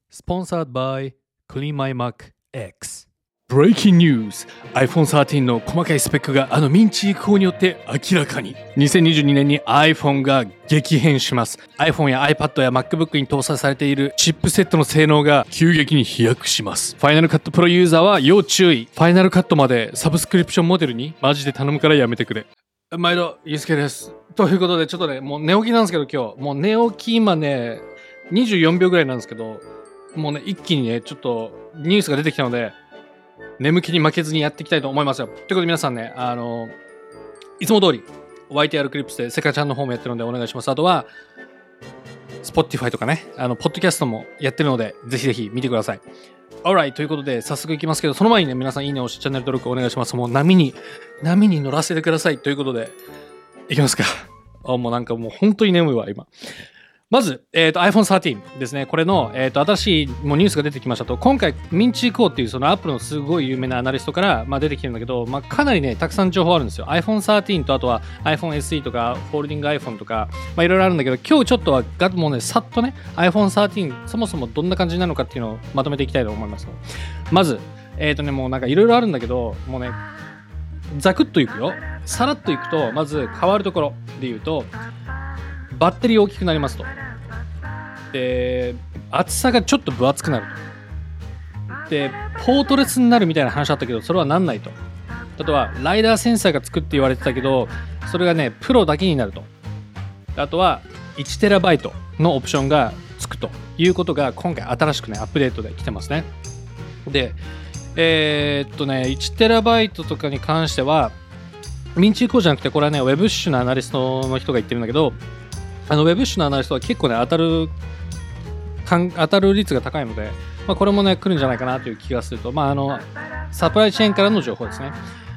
Sponsored by Clean My Mac X。 Breaking News。 iPhone 13の細かいスペックがあのミンチークによって明らかに。2022年に iPhone が激変します。 iPhone や iPad や MacBook に搭載されているチップセットの性能が急激に飛躍します。 Final Cut Pro ユーザーは要注意。 Final Cut までサブスクリプションモデルにマジで頼むからやめてくれ。毎度ゆうすけです。ということでちょっとね、もう寝起きなんですけど、今日もう寝起き今ね24秒ぐらいなんですけど、もうね一気にねちょっとニュースが出てきたので眠気に負けずにやっていきたいと思いますよ。ということで皆さんね、いつも通り YTR クリップスでセカちゃんの方もやってるのでお願いします。あとは Spotify とかね、ポッドキャストもやってるのでぜひぜひ見てください。Alright、 ということで早速いきますけど、その前にね皆さんいいね押しチャンネル登録お願いします。もう波に乗らせてくださいということでいきますか。もうなんかもう本当に眠いわ今。まず、iPhone 13ですね。これの、新しいもうニュースが出てきましたと。今回ミンチー・コーっていうそのアップルのすごい有名なアナリストから、出てきてるんだけど、かなりねたくさん情報あるんですよ。 iPhone 13とあとは iPhone SE とかフォールディング iPhone とかいろいろあるんだけど、今日ちょっとはもうねさっとね iPhone 13そもそもどんな感じなのかっていうのをまとめていきたいと思います。まずもうなんかいろいろあるんだけど、もうねザクッといくよ。さらっといくと、まず変わるところで言うとバッテリー大きくなりますと。で、厚さがちょっと分厚くなると。で、ポートレスになるみたいな話あったけど、それはなんないと。あとはライダーセンサーがつくって言われてたけど、それがねプロだけになると。あとは 1TB のオプションがつくということが今回新しくねアップデートで来てますね。で1TB とかに関してはミンチーコーじゃなくて、これはねウェブッシュのアナリストの人が言ってるんだけど、ウェブッシュのアナリストは結構ね当たる率が高いので、これもね来るんじゃないかなという気がすると。サプライチェーンからの情報ですね。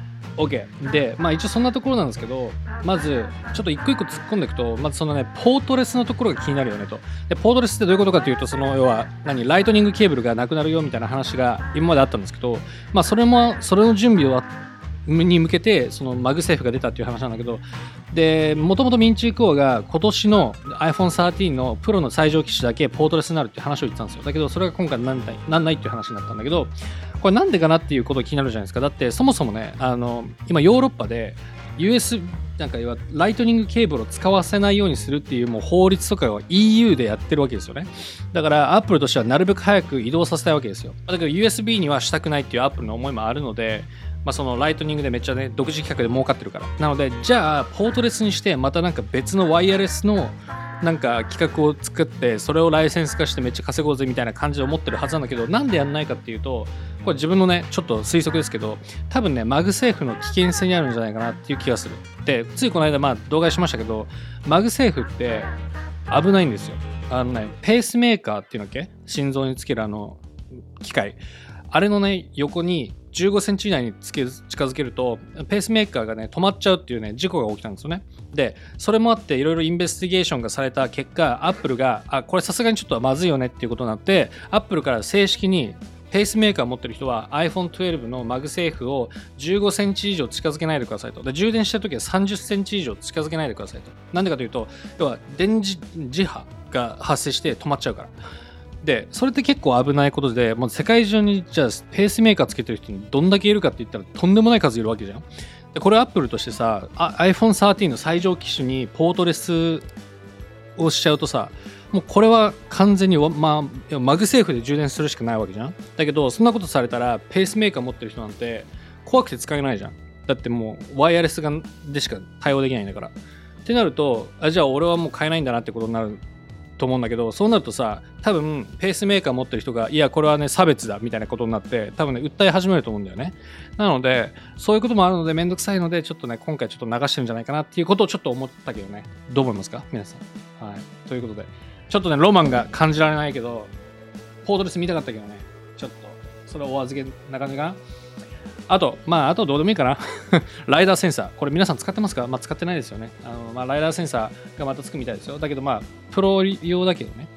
OK で、一応そんなところなんですけど、まずちょっと一個一個突っ込んでいくと、まずそのねポートレスのところが気になるよねと。でポートレスってどういうことかというと、その要はライトニングケーブルがなくなるよみたいな話が今まであったんですけど、それの準備に向けてそのマグセーフが出たっていう話なんだけど、でもともとミンチークオが今年の iPhone 13のプロの最上機種だけポートレスになるっていう話を言ってたんですよ。だけどそれが今回なんないっていう話になったんだけど、これなんでかなっていうことが気になるじゃないですか。だってそもそもね今ヨーロッパで US なんかライトニングケーブルを使わせないようにするっていうもう法律とかを EU でやってるわけですよね。だからアップルとしてはなるべく早く移動させたいわけですよ。だけど USB にはしたくないっていうアップルの思いもあるので、そのライトニングでめっちゃね独自企画で儲かってるから。なのでじゃあポートレスにしてまたなんか別のワイヤレスのなんか企画を作ってそれをライセンス化してめっちゃ稼ごうぜみたいな感じで思ってるはずなんだけど、なんでやんないかっていうと、これ自分のねちょっと推測ですけど、多分ねマグセーフの危険性にあるんじゃないかなっていう気がする。でついこの間動画しましたけど、マグセーフって危ないんですよ。ペースメーカーっていうのっけ、心臓につける機械、あれのね横に15センチ以内に近づけるとペースメーカーがね止まっちゃうっていうね事故が起きたんですよね。でそれもあっていろいろインベスティゲーションがされた結果、アップルがこれさすがにちょっとまずいよねっていうことになって、アップルから正式にペースメーカー持ってる人は iPhone 12のマグセーフを15センチ以上近づけないでくださいと。で充電した時は30センチ以上近づけないでくださいと。なんでかというと、要は電磁波が発生して止まっちゃうから。でそれって結構危ないことで、もう世界中にじゃあペースメーカーつけてる人にどんだけいるかって言ったらとんでもない数いるわけじゃん。でこれアップルとしてさ iPhone 13の最上機種にポートレスをしちゃうとさ、もうこれは完全にマグセーフで充電するしかないわけじゃん。だけどそんなことされたらペースメーカー持ってる人なんて怖くて使えないじゃん。だってもうワイヤレスでしか対応できないんだから。ってなるとじゃあ俺はもう買えないんだなってことになると思うんだけど、そうなるとさ多分ペースメーカー持ってる人がいやこれはね差別だみたいなことになって多分ね訴え始めると思うんだよね。なのでそういうこともあるのでめんどくさいのでちょっとね今回ちょっと流してるんじゃないかなっていうことをちょっと思ったけどね。どう思いますか皆さん。はい、ということでちょっとねロマンが感じられないけどポートレス見たかったけどね、ちょっとそれはお預けな感じかな。あとどうでもいいかなライダーセンサー、これ皆さん使ってますか？使ってないですよね。ライダーセンサーがまたつくみたいですよ。だけどプロ用だけどね。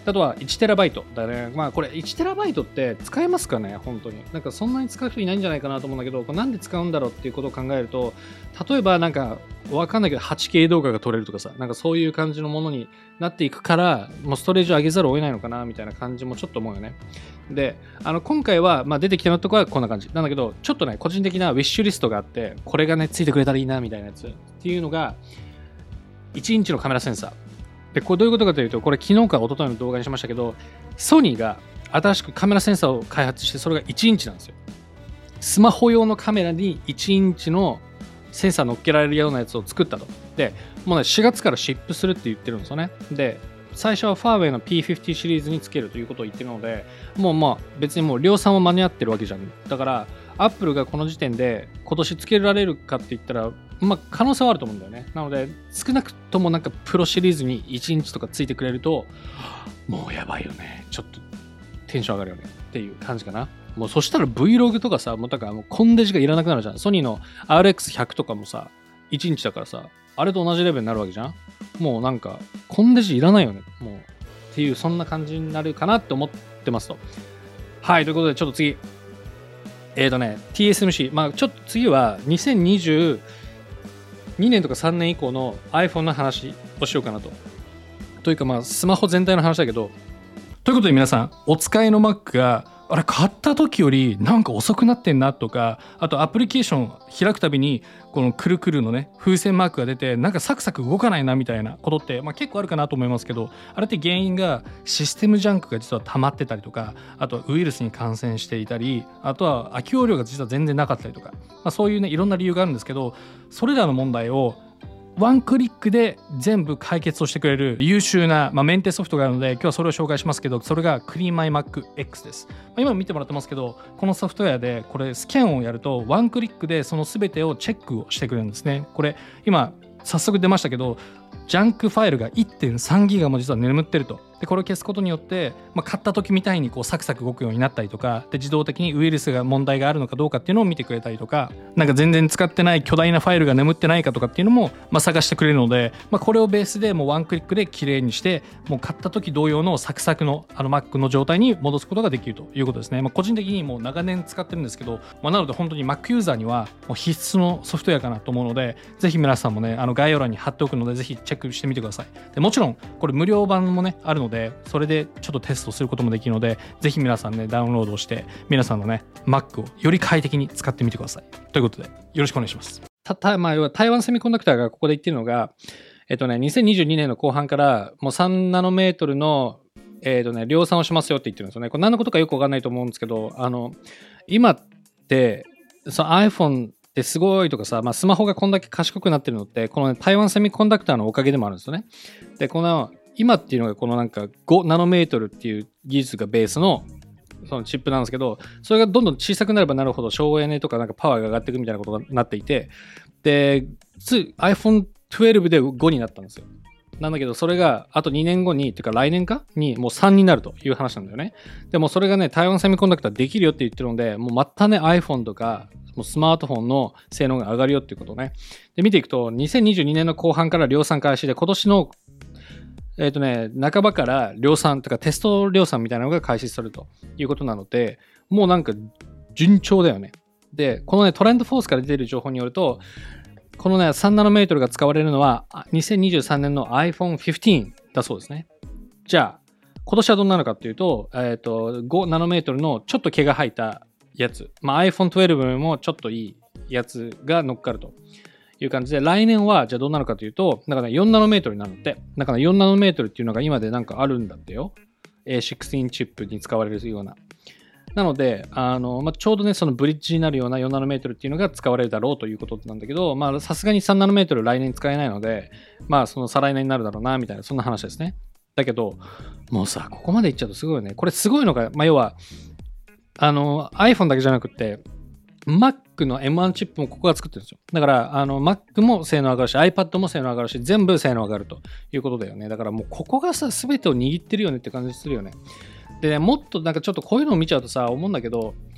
あとは 1TB だね。まあこれ 1TB って使えますかね本当に。なんかそんなに使う人いないんじゃないかなと思うんだけど、これなんで使うんだろうっていうことを考えると、例えばなんかわかんないけど 8K 動画が撮れるとかさ、なんかそういう感じのものになっていくから、もうストレージを上げざるを得ないのかなみたいな感じもちょっと思うよね。で、今回は、まあ、出てきたのとこはこんな感じなんだけど、ちょっとね、個人的なウィッシュリストがあって、これがね、ついてくれたらいいなみたいなやつっていうのが、1インチのカメラセンサー。で、これどういうことかというと、これ昨日か一昨日の動画にしましたけど、ソニーが新しくカメラセンサーを開発して、それが1インチなんですよ。スマホ用のカメラに1インチのセンサー乗っけられるようなやつを作ったと。で、もうね、4月からシップするって言ってるんですよね。で、最初はファーウェイの P50 シリーズにつけるということを言ってるので、もうまあ別にもう量産を間に合ってるわけじゃん。だから、アップルがこの時点で今年つけられるかって言ったら、まあ可能性はあると思うんだよね。なので、少なくともなんかプロシリーズに1インチとかついてくれると、もうやばいよね。ちょっとテンション上がるよねっていう感じかな。もうそしたら Vlog とかさ、もうだからもうコンデジがいらなくなるじゃん。ソニーの RX100 とかもさ、1インチだからさ、あれと同じレベルになるわけじゃん。もうなんか、コンデジいらないよね。もう、っていう、そんな感じになるかなって思ってますと。はい、ということで、ちょっと次。TSMC。まあちょっと次は、2022年とか3年以降の iPhone の話をしようかなと。というか、まあ、スマホ全体の話だけど、ということで皆さん、お使いの Mac が、あれ買った時よりなんか遅くなってんなとか、あとアプリケーション開くたびにこのくるくるのね風船マークが出てなんかサクサク動かないなみたいなことって、まあ、結構あるかなと思いますけど、あれって原因がシステムジャンクが実は溜まってたりとか、あとはウイルスに感染していたり、あとは空き容量が実は全然なかったりとか、まあ、そういうねいろんな理由があるんですけど、それらの問題をワンクリックで全部解決をしてくれる優秀な、メンテソフトがあるので、今日はそれを紹介しますけど、それが CleanMyMac X です。今見てもらってますけど、このソフトウェアでこれスキャンをやるとワンクリックでその全てをチェックをしてくれるんですね。これ今早速出ましたけど、ジャンクファイルが 1.3 ギガも実は眠ってると。でこれを消すことによって、買った時みたいにこうサクサク動くようになったりとかで、自動的にウイルスが問題があるのかどうかっていうのを見てくれたりとか、なんか全然使ってない巨大なファイルが眠ってないかとかっていうのも、探してくれるので、これをベースでもうワンクリックで綺麗にして、もう買った時同様のサクサクのMac の状態に戻すことができるということですね。個人的にもう長年使ってるんですけど、なので本当に Mac ユーザーにはもう必須のソフトウェアかなと思うので、ぜひ皆さんもね概要欄に貼っておくので、ぜひチェックしてみてください。でもちろんこれ無料版もねあるので、それでちょっとテストすることもできるので、ぜひ皆さんねダウンロードして皆さんのね Mac をより快適に使ってみてくださいということで、よろしくお願いします。要は台湾セミコンダクターがここで言ってるのが、2022年の後半からもう3ナノメートルの量産をしますよって言ってるんですよね。これ何のことかよくわかんないと思うんですけど、今ってその iPhone ってすごいとかさ、スマホがこんだけ賢くなってるのって、この、台湾セミコンダクターのおかげでもあるんですよね。で、この今っていうのがこのなんか5ナノメートルっていう技術がベースのそのチップなんですけど、それがどんどん小さくなればなるほど省エネとかなんかパワーが上がっていくみたいなことになっていて、で、iPhone 12で5になったんですよ。なんだけど、それがあと2年後に、っていうか来年かにもう3になるという話なんだよね。でもそれがね、台湾セミコンダクターできるよって言ってるので、もうまたね、iPhone とか、もうスマートフォンの性能が上がるよっていうことをね。で、見ていくと、2022年の後半から量産開始で、今年の半ばから量産とかテスト量産みたいなのが開始するということなので、もうなんか順調だよね。で、このね、トレンドフォースから出ている情報によると、このね、3ナノメートルが使われるのは2023年の iPhone 15だそうですね。じゃあ、今年はどんなのかっていうと、5ナノメートルのちょっと毛が生えたやつ、iPhone 12もちょっといいやつが乗っかるという感じで、来年はじゃあどうなるかというと、なんかね、4ナノメートルになるので、なんかね、4ナノメートルっていうのが今でなんかあるんだってよ。A16 チップに使われるような。なので、ちょうどね、そのブリッジになるような4ナノメートルっていうのが使われるだろうということなんだけど、さすがに3ナノメートル来年使えないので、その再来年になるだろうな、みたいな、そんな話ですね。だけど、もうさ、ここまでいっちゃうとすごいよね。これすごいのが、要は、iPhone だけじゃなくて、Mac の M1 チップもここが作ってるんですよ。だから、Mac も性能上がるし、iPad も性能上がるし、全部性能上がるということだよね。だからもうここがさ、全てを握ってるよねって感じするよね。で、もっとなんかちょっとこういうのを見ちゃうとさ、思うんだけど、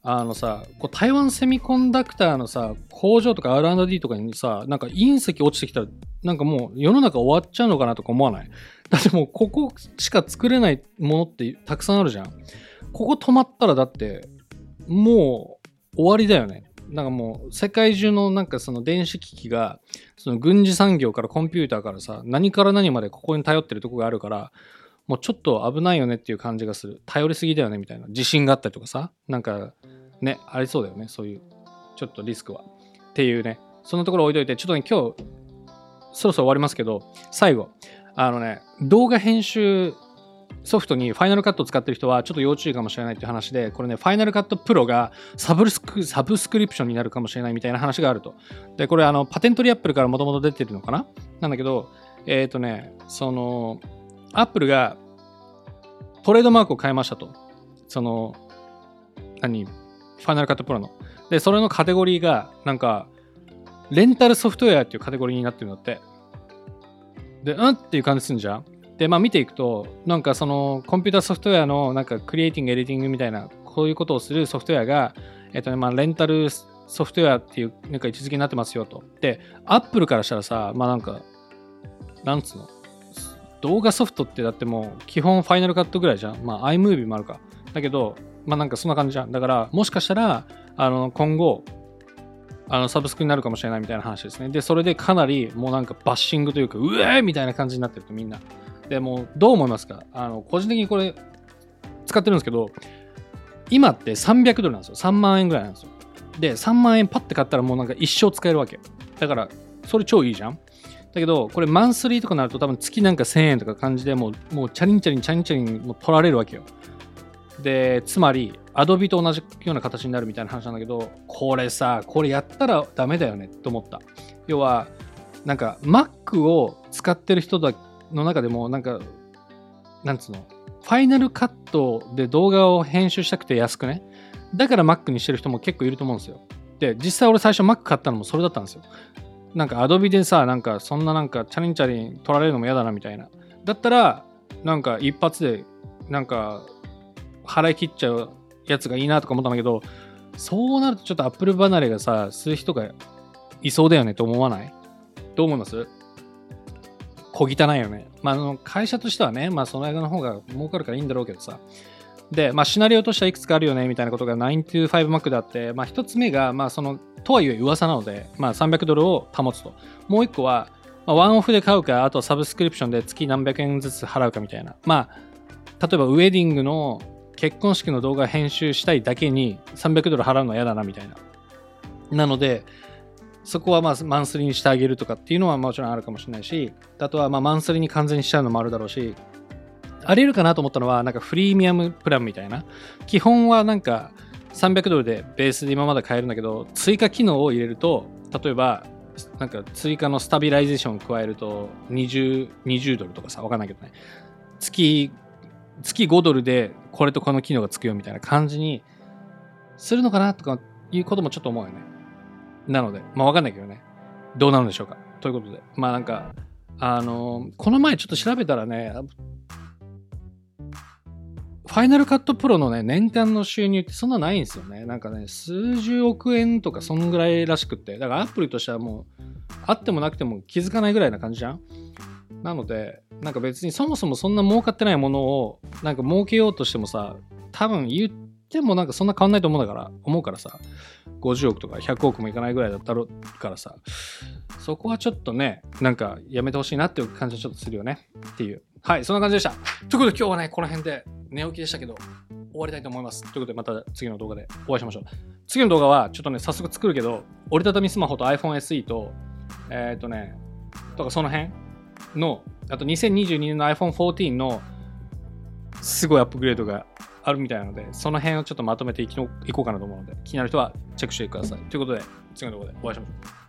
こう台湾セミコンダクターのさ、工場とか R&D とかにさ、なんか隕石落ちてきたら、なんかもう世の中終わっちゃうのかなとか思わない？だってもうここしか作れないものってたくさんあるじゃん。ここ止まったらだってもう終わりだよね。なんかもう世界中のなんかその電子機器がその軍事産業からコンピューターからさ、何から何までここに頼ってるとこがあるから、もうちょっと危ないよねっていう感じがする。頼りすぎだよねみたいな。地震があったりとかさ、なんかね、ありそうだよね、そういうちょっとリスクはっていうね。そのところ置いといて、ちょっとね、今日そろそろ終わりますけど、最後動画編集ソフトにファイナルカットを使ってる人はちょっと要注意かもしれないっていう話で、これね、ファイナルカットプロがサブスクリプションになるかもしれないみたいな話があると。で、これパテントリーアップルからもともと出てるのかななんだけど、そのアップルがトレードマークを変えましたと。ファイナルカットプロの。で、それのカテゴリーがなんかレンタルソフトウェアっていうカテゴリーになってるんだって。で、っていう感じするんじゃん。で、見ていくと、なんかそのコンピューターソフトウェアのなんかクリエイティング、エディティングみたいな、こういうことをするソフトウェアが、レンタルソフトウェアっていうなんか位置づけになってますよと。で、アップルからしたらさ、なんつうの、動画ソフトってだってもう基本ファイナルカットぐらいじゃん。iMovie もあるか。だけど、なんかそんな感じじゃん。だから、もしかしたら、今後、サブスクになるかもしれないみたいな話ですね。で、それでかなりもうなんかバッシングというか、うえーみたいな感じになってるとみんな。でもどう思いますか？個人的にこれ使ってるんですけど、今って300ドルなんですよ。3万円ぐらいなんですよ。で、3万円パッて買ったらもうなんか一生使えるわけ。だから、それ超いいじゃん。だけど、これマンスリーとかになると多分月なんか1000円とか感じでもうチャリンチャリンもう取られるわけよ。で、つまり、Adobe と同じような形になるみたいな話なんだけど、これやったらダメだよねと思った。要は、なんか Mac を使ってる人の中でも、なんか、なんつうの、ファイナルカットで動画を編集したくて安くね。だから Mac にしてる人も結構いると思うんですよ。で、実際俺最初 Mac 買ったのもそれだったんですよ。なんか Adobe でさ、なんかそんななんかチャリンチャリン取られるのも嫌だなみたいな。だったら、なんか一発で、なんか払い切っちゃうやつがいいなとか思ったんだけど、そうなるとちょっと Apple 離れがさ、する人がいそうだよねと思わない？どう思います？小汚いよね。会社としてはね、その間の方が儲かるからいいんだろうけどさ。で、シナリオとしてはいくつかあるよねみたいなことが 9to5Mac であって、一つ目が、とはいえ噂なので、300ドルを保つと。もう一個は、ワンオフで買うか、あとはサブスクリプションで月何百円ずつ払うかみたいな。例えばウェディングの結婚式の動画編集したいだけに300ドル払うのは嫌だなみたいな。なので、そこはマンスリーにしてあげるとかっていうのはもちろんあるかもしれないし、あとはマンスリーに完全にしちゃうのもあるだろうし、あり得るかなと思ったのはなんかフリーミアムプランみたいな。基本はなんか300ドルでベースで今まで買えるんだけど、追加機能を入れると、例えばなんか追加のスタビライゼーションを加えると20ドルとかさ、わかんないけどね。月5ドルでこれとこの機能がつくよみたいな感じにするのかなとかいうこともちょっと思うよね。なので、わかんないけどね。どうなるんでしょうか。ということで、なんか、この前ちょっと調べたらね、ファイナルカットプロのね、年間の収入ってそんなないんですよね。なんかね、数十億円とかそんぐらいらしくって。だからアプリとしてはもう、あってもなくても気づかないぐらいな感じじゃん。なので、なんか別にそもそもそんな儲かってないものを、なんか儲けようとしてもさ、多分言ってもなんかそんな変わんないと思うからさ、50億とか100億もいかないぐらいだったろからさ、そこはちょっとね、なんかやめてほしいなっていう感じはちょっとするよねっていう。はい、そんな感じでした。ということで今日はね、この辺で寝起きでしたけど、終わりたいと思います。ということでまた次の動画でお会いしましょう。次の動画はちょっとね、早速作るけど、折りたたみスマホと iPhone SE と、とかその辺の、あと2022年の iPhone 14のすごいアップグレードがあるみたいなので、その辺をちょっとまとめていこうかなと思うので、気になる人はチェックしてください。ということで、次の動画でお会いしましょう。